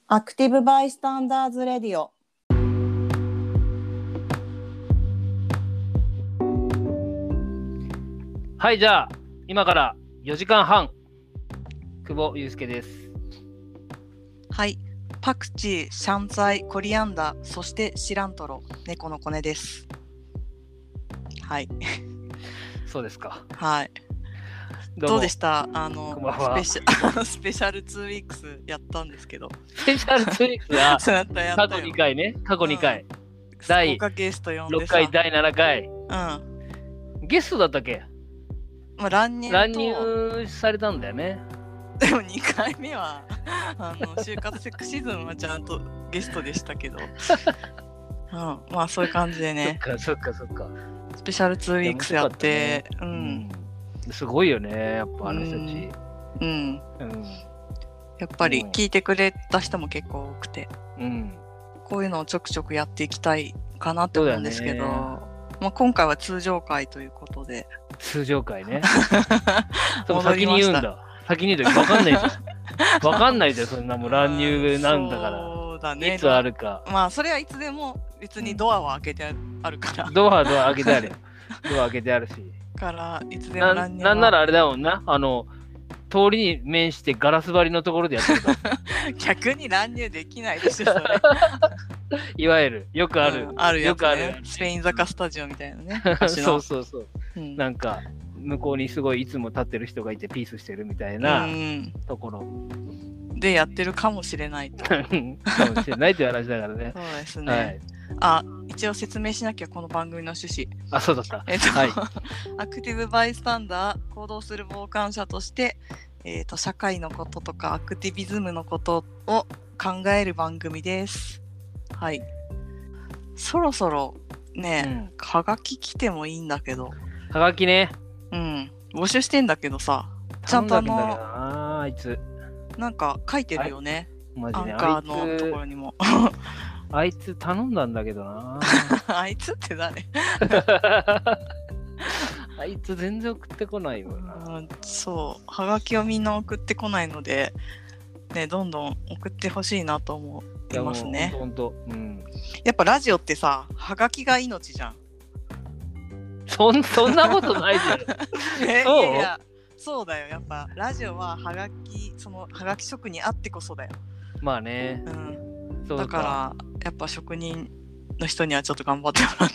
アクティブバイスタンダーズレディオ。 はい、じゃあ今から4時間半、久保祐介です。 はい、パクチー、シャンツァイ、コリアンダー、そしてシラントロ、猫のコネです。はい。 そうですか。 はい。どうでした？スペシャル2ウィークスやったんですけど。 スペシャル2ウィークスは過去2回ね。過去2回。 第6 回、第7回。ゲストだったっけ？ 乱入されたんだよね。 でも2回目は就活セクシズムはちゃんとゲストでしたけど、まあそういう感じでね。 そっか。 スペシャル2ウィークスやって、 すごいよね、やっぱあの人たち。 やっぱり聞いてくれた人も結構多くて、こういうのをちょくちょくやっていきたいかなって思うんですけど、まあ、今回は通常回ということで。 通常回ね。先に言うんだ。先に言うと分かんないじゃん。分かんないでそんなもん乱入なんだから。 そうだね。 いつあるか。 まあそれはいつでも別にドアは開けてあるから。 ドア開けてあるよ。ドア開けてあるし。 からいつでも乱入は。 なんならあれだもんな。通りに面してガラス張りのところでやってるから。 逆に乱入できないでしょそれ。 いわゆるよくある、 あるやつね。スペイン坂スタジオみたいなね。 そう、なんか向こうにすごいいつも立ってる人がいてピースしてるみたいなところでやってるかもしれないと。 かもしれないという話だからね。 そうですね。一応説明しなきゃこの番組の趣旨。 そうだった。 アクティブバイスタンダー、行動する傍観者として、社会のこととかアクティビズムのことを考える番組です。はい。そろそろね、はがき来てもいいんだけど。 はがきね。 募集してんだちゃんとあいつなんか書いてるよね。 マジね、 アンカーのところにも。 あいつ頼んだんだけどな。 あいつって誰？ あいつ全然送ってこないよな。 そう、はがきをみんな送ってこないので、ね、どんどん送ってほしいなと思いますね。 ほんと。 やっぱラジオってさ、はがきが命じゃん。 そんなことないじゃん。 いやそうだよ。やっぱラジオははがき職人あってこそだよ。 まあね。 だからやっぱ職人の人にはちょっと頑張ってもらって。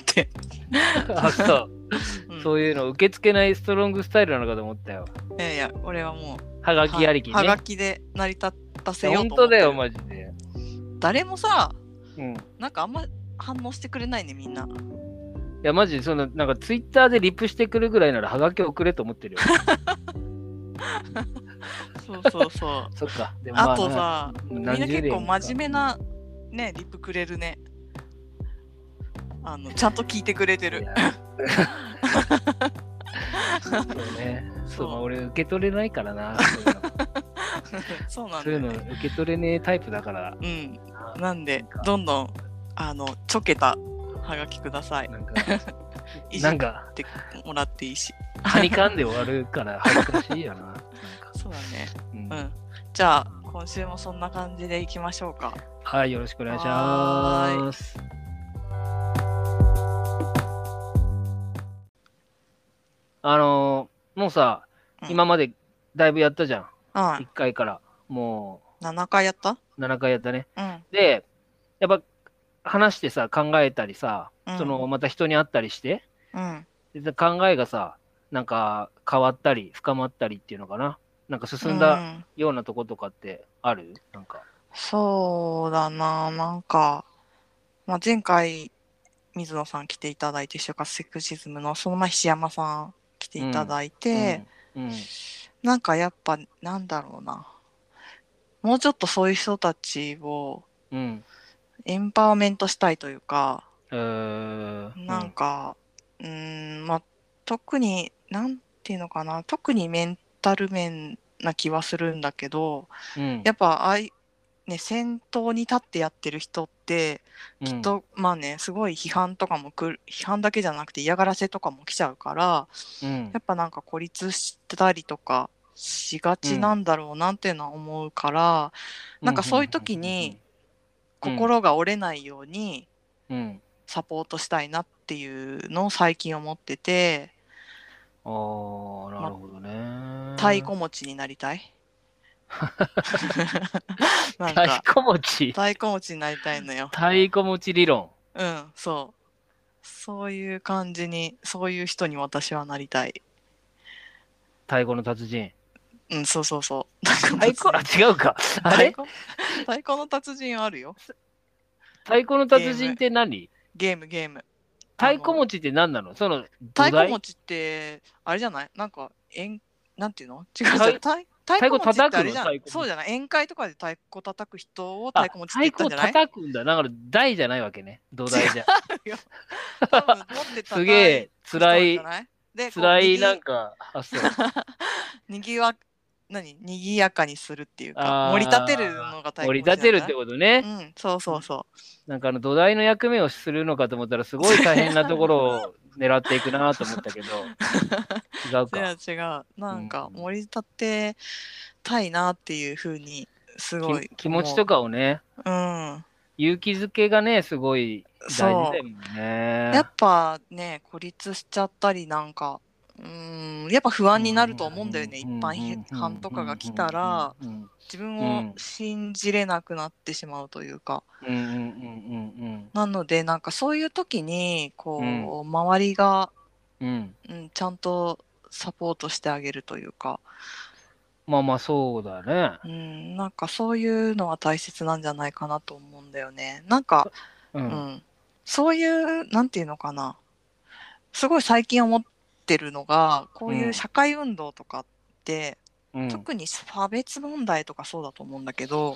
そういうの受け付けないストロングスタイルなのかと思ったよ。 いや俺はもうはがきありきね。 はがきで成り立たせようと思ってる。 本当だよマジで。 誰もさ、なんかあんま反応してくれないねみんな。 いやマジでなんかツイッターでリプしてくるぐらいならはがき送れと思ってるよ。 そう。 そっか。 でもあとさ、みんな結構真面目なねリプくれるね。ちゃんと聞いてくれてる。 そうね。俺受け取れないからな。 そうなんだ。 そういうの受け取れねえタイプだから。 なんでどんどんちょけたはがきください。なんかってもらっていいし。 はにかんで終わるから恥ずかしいよな。 そうだね。じゃあ今週もそんな感じでいきましょうか。 はい、よろしくお願いします。もうさ、今までだいぶやったじゃん。1回からもう 7回やった？ 7回やったね。で、やっぱ話してさ、考えたりさ、また人に会ったりして、考えがさ、なんか変わったり深まったりっていうのかな。なんか進んだようなとことかってある？なんか。 そうだな、なんか、前回水野さん来ていただいて、就活セクシズムのその前菱山さん来ていただいて、なんかやっぱなんだろうな、もうちょっとそういう人たちをエンパワーメントしたいというか、なんか特になんていうのかな、特にメンタル面な気はするんだけど、やっぱ先頭に立ってやってる人ってきっとすごい批判とかも批判だけじゃなくて嫌がらせとかも来ちゃうから、やっぱなんか孤立したりとかしがちなんだろうなっていうのは思うから、なんかそういう時に心が折れないようにサポートしたいなっていうのを最近思ってて、 ああ、なるほどね。 太鼓持ちになりたい。なん太か鼓持ち太鼓持ちになりたいのよ。 太鼓持ち理論。 うん、そう。そういう感じに、そういう人に私はなりたい。 太鼓の達人。 うん、そうそうそう。 太鼓、あ、違うか。あれ太鼓の達人あるよ。 太鼓の達人って何？ ゲーム。 太鼓持ちって何なの？その太土台？ 鼓持ちって、あれじゃない？なんか、なんていうの？違う太違う。太鼓持ちってあれじゃん。 太鼓そうじゃない？宴会とかで太鼓叩く人を太鼓持ちって言ったんじゃない？ 太鼓叩くんだ。だから台じゃないわけね。土台じゃ。 多分持ってすげえ辛い、 で、 辛いなんか発想。 にぎやかにするっていうか、盛り立てるのが太鼓盛り持ちなんじゃない？ 立てるってことね。 うん、そうそうそう。 なんか土台の役目をするのかと思ったらすごい大変なところを狙っていくなと思ったけど違うか。 違う。なんか盛り立てたいなっていうふうにすごい気持ちとかをね、 うん、 勇気づけがねすごい大事だよね。 やっぱね孤立しちゃったりなんかやっぱ不安になると思うんだよね。一般批判とかが来たら自分を信じれなくなってしまうというか、なのでなんかそういう時にこう、周りが、ちゃんとサポートしてあげるというか、 まあまあそうだね。 なんかそういうのは大切なんじゃないかなと思うんだよね。なんか、そういうなんていうのかな、すごい最近思ってるのが、こういう社会運動とかって、特に差別問題とかそうだと思うんだけど、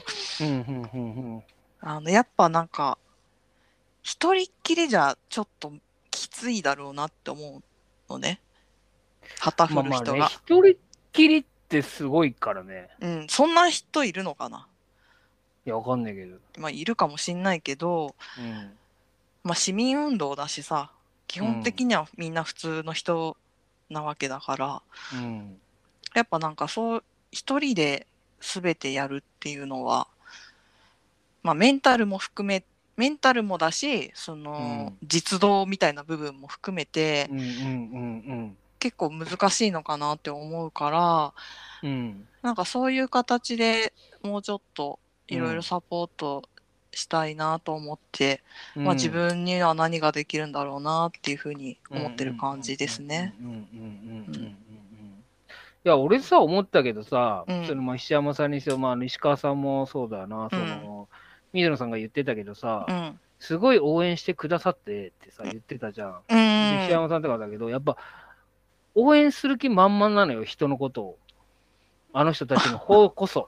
やっぱなんか一人っきりじゃちょっときついだろうなって思うのね。旗振る人が。 まあね、一人っきりってすごいからね。 そんな人いるのかな。 いや、わかんないけど。 まあいるかもしんないけど、まあ市民運動だしさ、基本的にはみんな普通の人なわけだから、やっぱなんかそう一人で全てやるっていうのは、まあメンタルもだし、その実動みたいな部分も含めて、結構難しいのかなって思うから、なんかそういう形でもうちょっといろいろサポートしたいなと思って、まあ自分には何ができるんだろうなっていうふうに思ってる感じですね。 いや、俺さ、思ったけどさ、そのまあ石山さんにせよ、まあ、石川さんもそうだな、その、水野さんが言ってたけどさ、すごい応援してくださってってさ、言ってたじゃん。で、石山さんとかだけど、やっぱ、応援する気満々なのよ、人のことを。あの人たちの方こそ。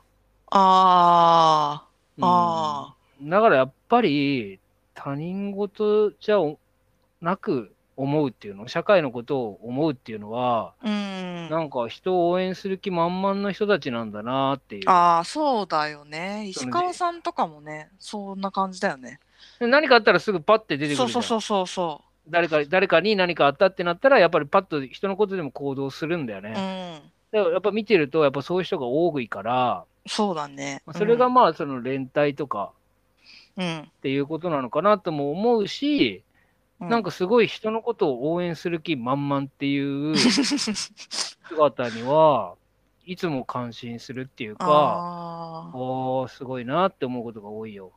だからやっぱり、他人事じゃなく思うっていうの、社会のことを思うっていうのは、なんか人を応援する気満々の人たちなんだなっていう。 そうだよね。石川さんとかもね、そんな感じだよね。 何かあったらすぐパッて出てくるじゃん。 そう。 誰かに何かあったってなったら、やっぱりパッと人のことでも行動するんだよね。だからやっぱ見てると、やっぱそういう人が多いから、 そうだね。 それがまあ、その連帯とかっていうことなのかなとも思うし、なんかすごい人のことを応援する気満々っていう姿には、いつも感心するっていうか、すごいなって思うことが多いよ。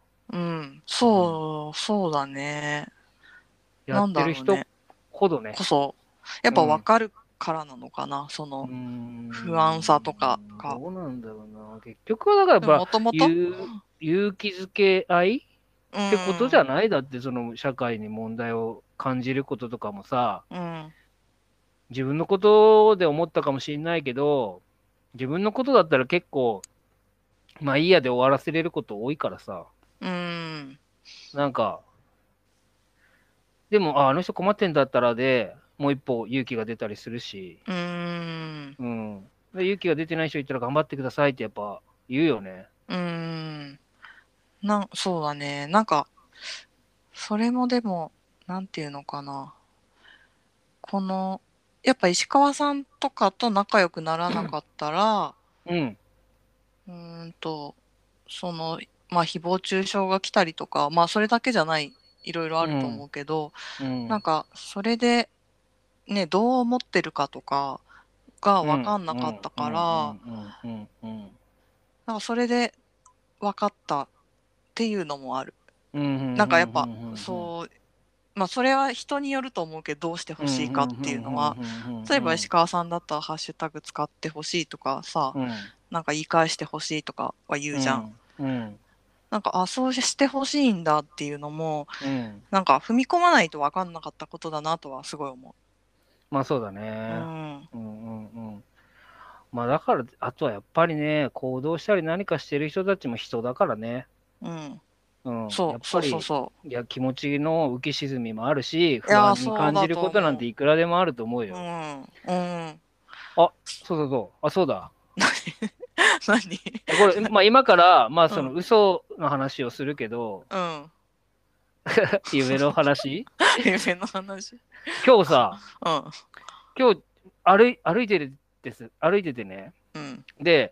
そうだね。 やってる人ほどね。 やっぱ分かるからなのかな、その不安さとかが。 どうなんだろうな。結局はだからやっぱ勇気づけ合いってことじゃない？だってその社会に問題を感じることとかもさ、自分のことで思ったかもしれないけど、自分のことだったら結構、まあいいやで終わらせれること多いからさ。なんか、でも、あの人困ってんだったらでもう一歩勇気が出たりするし、で勇気が出てない人いたら頑張ってくださいってやっぱ言うよね。 そうだね。なんか、それもでも、なんていうのかな。このやっぱ石川さんとかと仲良くならなかったら、 うん。 その、まあ、誹謗中傷が来たりとか、まあ、それだけじゃない、いろいろあると思うけど、なんか、それで、ね、どう思ってるかとかが分かんなかったから、なんかそれで分かったっていうのもある。なんかやっぱ、そう、まあ、それは人によると思うけど、どうしてほしいかっていうのは、例えば石川さんだったらハッシュタグ使ってほしいとかさ、なんか言い返してほしいとかは言うじゃん。なんか、あ、そうしてほしいんだっていうのも、なんか踏み込まないと分かんなかったことだなとはすごい思まあそうだう。 ね。まあだから、あとはやっぱりね、行動したり何かしてる人たちも人だからね。やっぱり、いや、気持ちの浮き沈みもあるし、不安に感じることなんていくらでもあると思うよ。あ、そうだ。 何これ、まあ今から、まあその嘘の話をするけど、夢の話夢の話。 今日さ、今日歩いててね。で、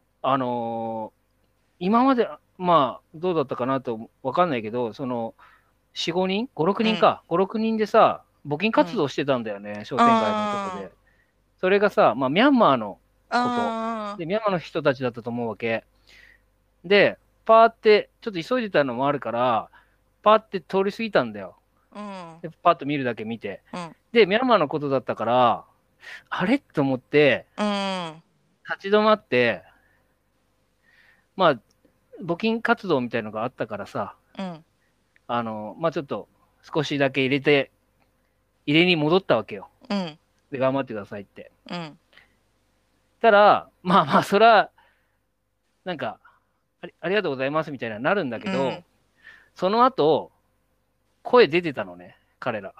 今まで、まあ、どうだったかなとわかんないけど、その、4、5人 ?5、6人か。5、6人でさ、募金活動してたんだよね、商店街のとこで。それがさ、まあ、ミャンマーのこと。で、ミャンマーの人たちだったと思うわけ。で、パーって、ちょっと急いでたのもあるから、パーって通り過ぎたんだよ。でパーッと見るだけ見て。で、ミャンマーのことだったから、あれと思って、立ち止まって、まあ、募金活動みたいのがあったからさ、まあちょっと少しだけ入れに戻ったわけよ。で、頑張ってくださいって。たら、まあまあ、そら、なんか、ありがとうございますみたいななるんだけど、その後、声出てたのね、彼ら。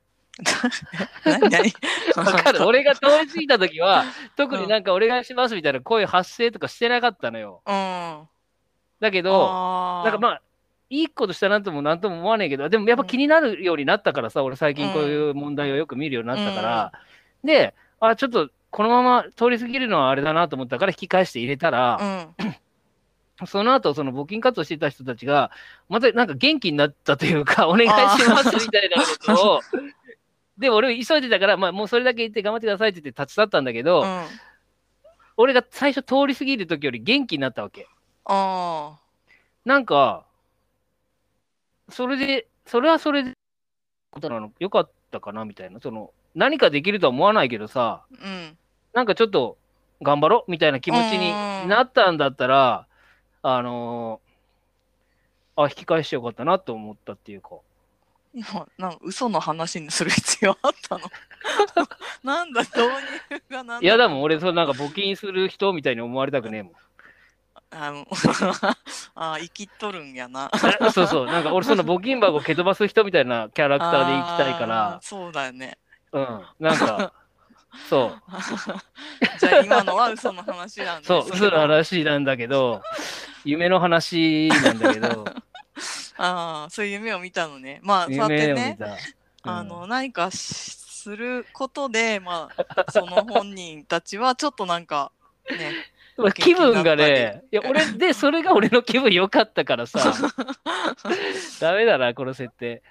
わかる。俺が通り過ぎた時は、特になんかお願いしますみたいな声発声とかしてなかったのよ。だけど、なんかまあ、いいことしたなともなんとも思わないけど、でもやっぱ気になるようになったからさ、俺最近こういう問題をよく見るようになったから、で、ちょっとこのまま通り過ぎるのはあれだなと思ったから引き返して入れたら、その後、その募金活動してた人たちが、またなんか元気になったというか、お願いしますみたいなことを、で、俺急いでたから、まあもうそれだけ言って頑張ってくださいって言って立ち去ったんだけど、俺が最初通り過ぎる時より元気になったわけ。なんか、それはそれで、ことなの、よかったかなみたいな、その、何かできるとは思わないけどさ、なんかちょっと頑張ろうみたいな気持ちになったんだったら、引き返してよかったなと思ったっていうか。 今、なんか嘘の話にする必要あったのなんだ、導入がなんだ。 いや、でも俺、なんか募金する人みたいに思われたくねえもん。 生きとるんやな。 そうそう、なんか俺、その募金箱蹴飛ばす人みたいなキャラクターでいきたいから。 そうだよね。 なんか、そう。 じゃあ今のは嘘の話なんですそう、嘘の話なんだけど、夢の話なんだけど。 そういう夢を見たのね。まあ、そうやってね、何かすることで、まあ、その本人たちはちょっとなんか、ね。 気分がね、いや、それが俺の気分良かったからさ、ダメだな、この設定。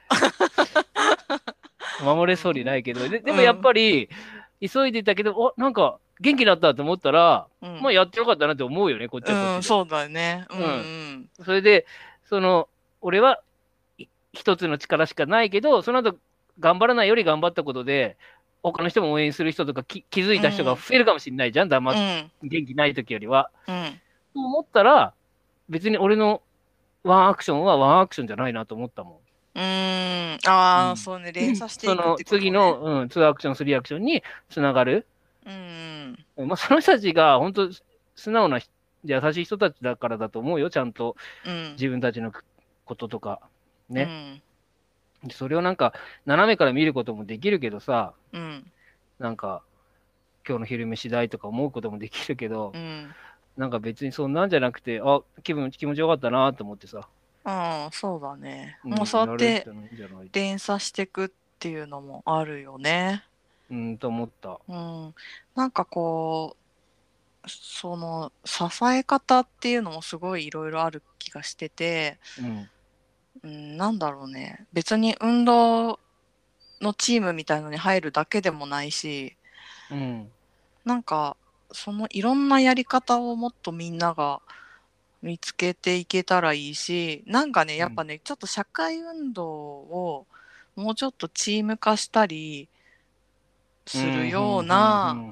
守れそうにないけど、でもやっぱり、急いでたけど、なんか元気になったと思ったら、まあやってよかったなって思うよね、こっちはこっちで。 そうだよね。 それで、俺は一つの力しかないけど、その後頑張らないより頑張ったことで、他の人も応援する人とか気づいた人が増えるかもしれないじゃん、元気ない時よりは。と思ったら、別に俺のワンアクションはワンアクションじゃないなと思ったもん。 そうね、連鎖していくってことね。次の、2アクション、3アクションにつながる。まあ、その人たちが本当素直な優しい人たちだからだと思うよ、ちゃんと自分たちのこととかね。それをなんか斜めから見ることもできるけどさ、なんか今日の昼飯代とか思うこともできるけど、なんか別にそんなんじゃなくて、気持ちよかったなと思ってさ。 そうだね。もうそうやって連鎖していくっていうのもあるよね。 と思った。 なんかこう、その支え方っていうのもすごいいろいろある気がしてて、なんだろうね。別に運動のチームみたいのに入るだけでもないし、なんかそのいろんなやり方をもっとみんなが見つけていけたらいいし、なんかね、やっぱね、ちょっと社会運動をもうちょっとチーム化したりするような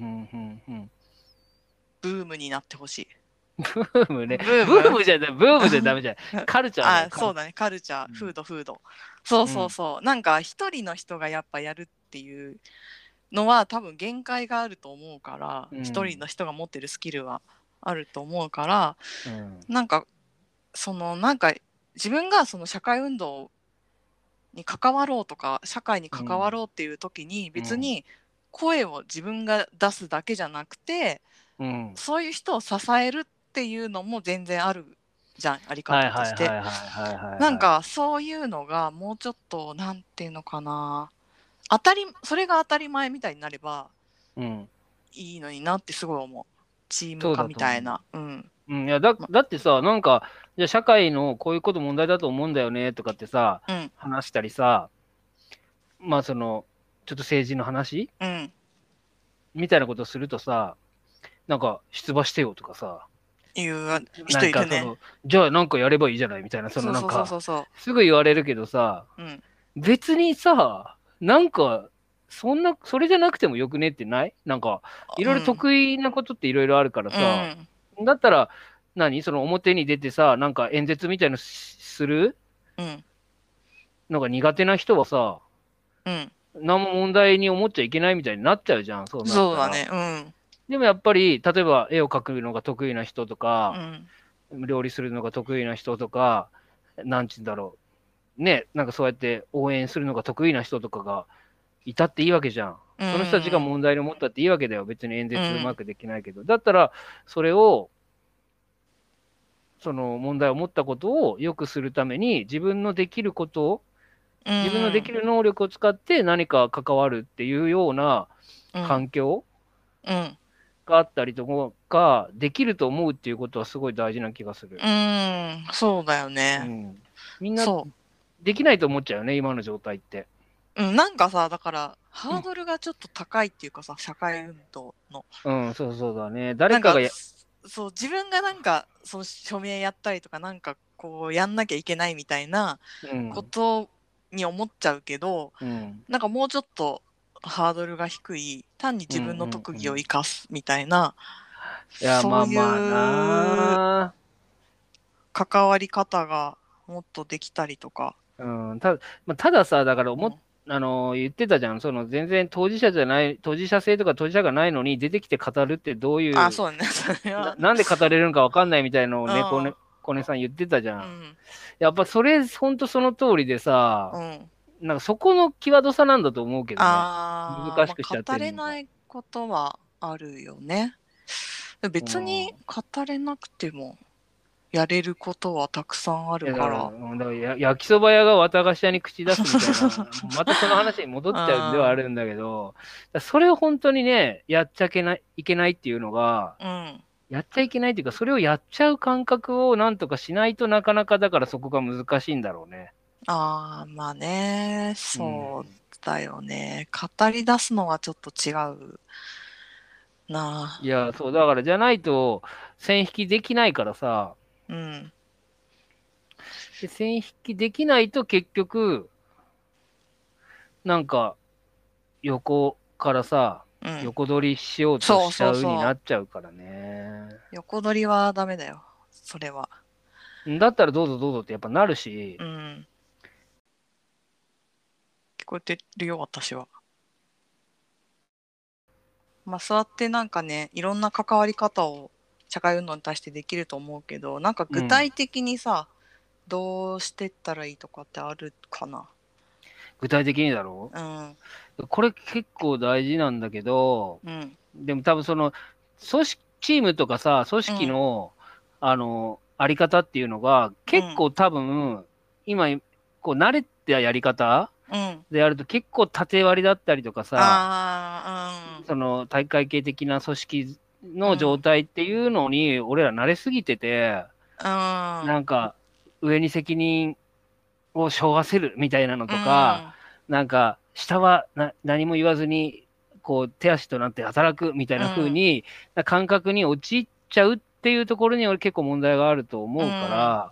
ブームになってほしい。 ブームね。ブブームームじゃダメじゃない。カルチャーだよ。 そうだね、カルチャー、フード。そうそうそう。なんか一人の人がやっぱやるっていうのは多分限界があると思うから、一人の人が持ってるスキルはあると思うから、なんか自分がその社会運動に関わろうとか社会に関わろうっていう時に別に声を自分が出すだけじゃなくて、そういう人を支えるっていうのも全然あるじゃん、あり方として。なんかそういうのがもうちょっとなんていうのかな、それが当たり前みたいになればいいのになってすごい思う。チーム化みたいな。 いやだってさ、なんか、じゃあ社会のこういうこと問題だと思うんだよねとかってさ、話したりさ、まあその、ちょっと政治の話、みたいなことをするとさ、なんか出馬してよとかさ、 いう人いるね。 じゃあなんかやればいいじゃないみたいな、そのなんか、すぐ言われるけどさ、別にさ、なんか、それじゃなくてもよくねってないなんか、いろいろ得意なことっていろいろあるからさ、だったら、その表に出てさ、なんか演説みたいのするのが苦手な人はさ、何も問題に思っちゃいけないみたいになっちゃうじゃん、そうなったら。 そうだね。 でもやっぱり、例えば絵を描くのが得意な人とか、料理するのが得意な人とか、なんちゅうんだろう。ね、なんかそうやって応援するのが得意な人とかがいたっていいわけじゃん。その人たちが問題に思ったっていいわけだよ。別に演説うまくできないけど。だったら、それを、その問題を持ったことを良くするために、自分のできることを、自分のできる能力を使って何か関わるっていうような環境があったりとか、できると思うっていうことはすごい大事な気がする。 そうだよね。 みんなできないと思っちゃうよね、今の状態って。 なんかさ、だからハードルがちょっと高いっていうかさ、社会運動の。 そうだね。誰かがそう自分がなんかその署名やったりとかなんかこうやんなきゃいけないみたいなことに思っちゃうけど、なんかもうちょっとハードルが低い、単に自分の特技を生かすみたいな、そういう関わり方がもっとできたりとか。 たださ、だから言ってたじゃん、その全然当事者性とか当事者がないのに出てきて語るってどういう、 そうね、 なんで語れるのか分かんないみたいなのをね、コネさん言ってたじゃん。やっぱそれ、ほんとその通りでさ、なんかそこの際どさなんだと思うけどね。難しくしちゃってる。 語れないことはあるよね。別に語れなくてもやれることはたくさんあるから。 焼きそば屋が綿菓子屋に口出すみたいな、またその話に戻っちゃうんではあるんだけど、それを本当にね、やっちゃいけないっていうのが、やっちゃいけないっていうか、それをやっちゃう感覚をなんとかしないとなかなかだからそこが難しいんだろうね。 まあね、そうだよね。語り出すのはちょっと違うな。 いや、そう、だからじゃないと線引きできないからさ、で線引きできないと結局、なんか横からさ、横取りしようとしちゃうになっちゃうからね。 横取りはダメだよ、それは。 だったらどうぞどうぞってやっぱなるし。 聞こえてるよ、私は。そうやってなんかね、いろんな関わり方を社会運動に対してできると思うけど、なんか具体的にさ、どうしてったらいいとかってあるかな。 具体的にだろう、これ結構大事なんだけど、でも多分そのチームとかさ、組織の、あり方っていうのが結構多分、今こう慣れたやり方でやると結構縦割りだったりとかさ、 うん、 その大会系的な組織の状態っていうのに俺ら慣れすぎてて、なんか上に責任を背負わせるみたいなのとか、なんか下は何も言わずにこう手足となって働くみたいな風に、感覚に陥っちゃうっていうところに俺結構問題があると思うから、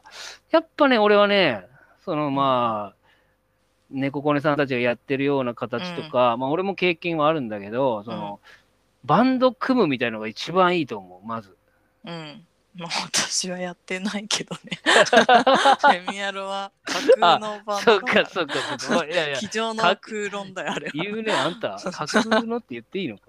やっぱね俺はねそのまあ猫コネさんたちがやってるような形とか、まあ俺も経験はあるんだけど、そのバンド組むみたいなのが一番いいと思う、まず。 まあ私はやってないけどね。フェミアロは架空のバンドだから。 そうか。いや机上の空論だよ、あれは。 言うね、あんた。架空のって言っていいのか。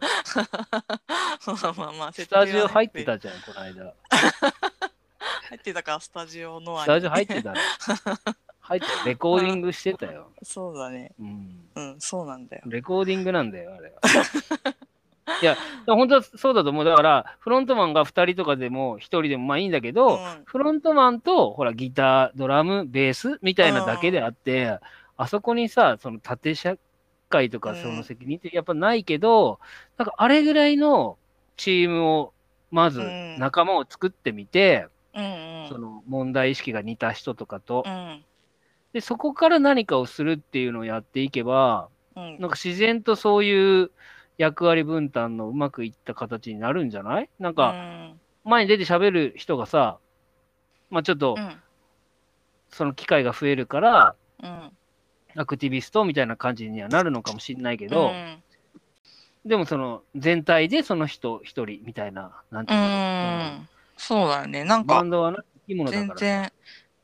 まあ、 スタジオ入ってたじゃん、この間。 入ってたか、スタジオのスタジオ入ってたの。入ってレコーディングしてたよ。 そうだね。そうなんだよ。 レコーディングなんだよ、あれは。いや、本当はそうだと思う。だから、フロントマンが2人とかでも1人でもまあいいんだけど、フロントマンと、ほら、ギター、ドラム、ベースみたいなだけであって、あそこにさ、その縦社会とかその責任ってやっぱないけど、なんかあれぐらいのチームを、まず仲間を作ってみて、その問題意識が似た人とかと、で、そこから何かをするっていうのをやっていけば、なんか自然とそういう役割分担のうまくいった形になるんじゃない？なんか、前に出て喋る人がさ、まあちょっと、その機会が増えるから、アクティビストみたいな感じにはなるのかもしれないけど、でもその全体でその人一人みたいな、なんていうの？ そうだよね。なんか、 バンドは生き物だから。 全然。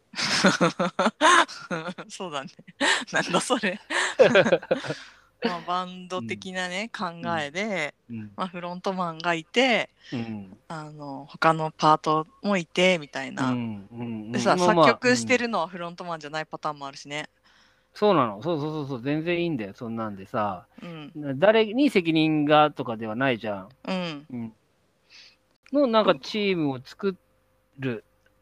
そうだね。なんだそれ。まあバンド的なね、考えで、まあ、フロントマンがいて、他のパートもいてみたいな。でさ、作曲してるのはフロントマンじゃないパターンもあるしね。 そうなの。そう。全然いいんだよ。そんなんでさ。誰に責任がとかではないじゃん。のなんかチームを作る。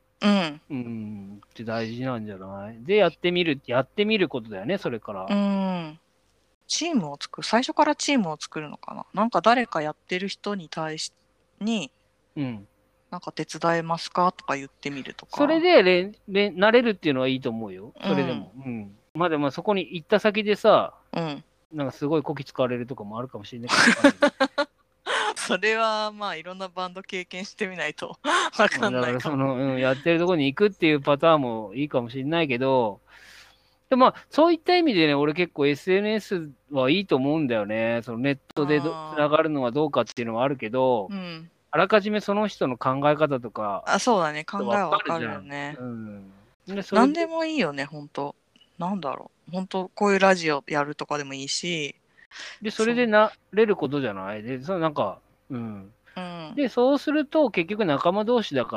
って大事なんじゃない？で、やってみることだよね、それから。 チームを作る、最初からチームを作るのかな。なんか誰かやってる人に対しに、なんか手伝えますかとか言ってみるとか。 それで慣れるっていうのはいいと思うよ。それでも。まあでもそこに行った先でさ、なんかすごいこき使われるとかもあるかもしれないけど。 それはまあいろんなバンド経験してみないとわかんないかも。 だからその、やってるところに行くっていうパターンもいいかもしれないけど、でまあそういった意味でね、俺結構 SNS はいいと思うんだよね。そのネットでつながるのはどうかっていうのはあるけど、あらかじめその人の考え方とか。 そうだね、考えはわかるよね。何でもいいよね、本当。なんだろう。本当こういうラジオやるとかでもいいし。 で、それでなれることじゃない？で、なんか、で、そうすると結局仲間同士だから、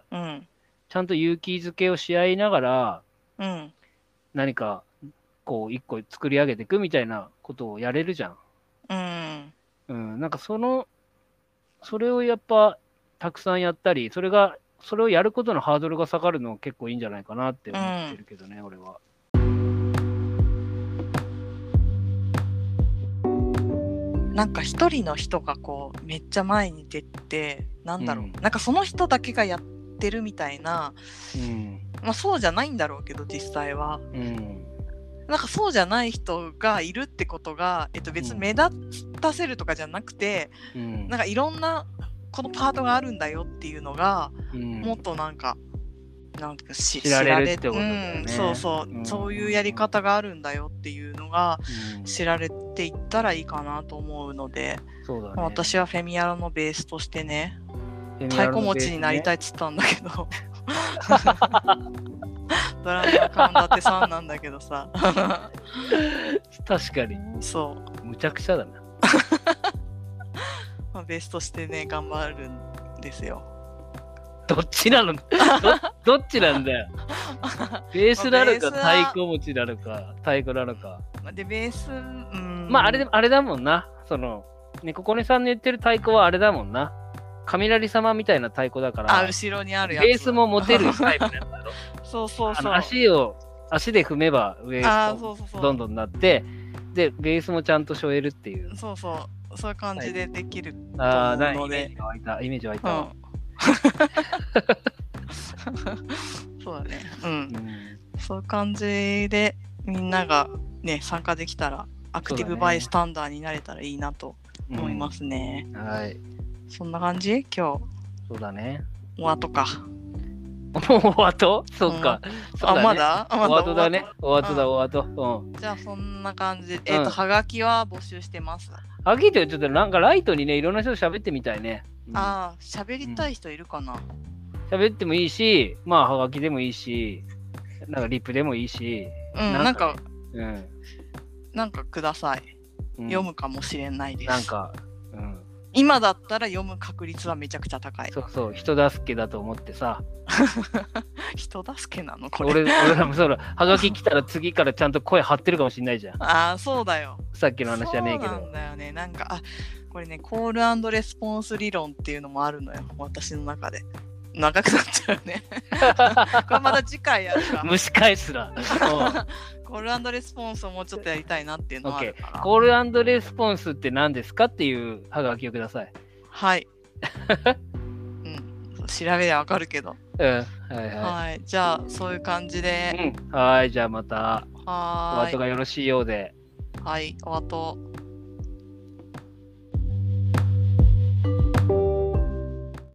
ちゃんと勇気づけをし合いながら、何かこう一個作り上げていくみたいなことをやれるじゃん。なんかそれをやっぱたくさんやったり、それをやることのハードルが下がるのは結構いいんじゃないかなって思ってるけどね、俺は。 なんか一人の人がこうめっちゃ前に出て、なんだろう、なんかその人だけがやってるみたいな、まあそうじゃないんだろうけど実際は、なんかそうじゃない人がいるってことが、別に目立たせるとかじゃなくて、なんかいろんなこのパートがあるんだよっていうのが、もっとなんか知られるってことだよね。 そういうやり方があるんだよっていうのが知られていったらいいかなと思うので、私はフェミアロのベースとしてね、太鼓持ちになりたいっつったんだけどドラムは神立さんなんだけどさ確かにそうむちゃくちゃだなベースとしてね頑張るんですよ。 どっちなのどっちなんだよベースなのか太鼓持ちなのか太鼓なのかでベースまああれだもんな、その猫コネさんの言ってる太鼓はあれだもんな、雷様みたいな太鼓だから、 後ろにあるやつベースも持てるタイプなんだろそうそう足を足で踏めば上ああ、そうそうそう。 どんどんなって、で、ベースもちゃんと背負えるっていう。 そうそう。そういう感じでできると思うああ、イので。 メージが湧いた。イメージ湧いたわ。 うん。そうだね。うん。 うん、 そういう感じでみんながね、参加できたら、アクティブバイスタンダーになれたらいいなと思いますね。 はい。 そんな感じ今日。 そうだね。 お後か。 もうお後そうか。そうだね、 まだお後だね。お後だ、お後。 じゃあそんな感じで。はがきは募集してます。 はぎってちょっとなんかライトにね、いろんな人と喋ってみたいね。 ああ、喋りたい人いるかな。 喋ってもいいし、まあ、はがきでもいいし、なんかリップでもいいし。 なんかください。読むかもしれないです。 なんか、 今だったら読む確率はめちゃくちゃ高い。 そうそう、人助けだと思ってさ。 人助けなのこれ。 俺らもそうだ、はがき来たら次からちゃんと声張ってるかもしれないじゃん。 ああ、そうだよ。 さっきの話じゃねえけど。 そうなんだよね。なんか、これね、コール&レスポンス理論っていうのもあるのよ。私の中で。長くなっちゃうね。これまた次回やるか。 蒸し返すな。 コール&レスポンスをもうちょっとやりたいなっていうのはあるから。 コール&レスポンスって何ですかっていうはがきをください。 はい。調べりゃわかるけど。 はい。 じゃあ、そういう感じで。 はい、じゃあまた。お後がよろしいようで。 はい、お後。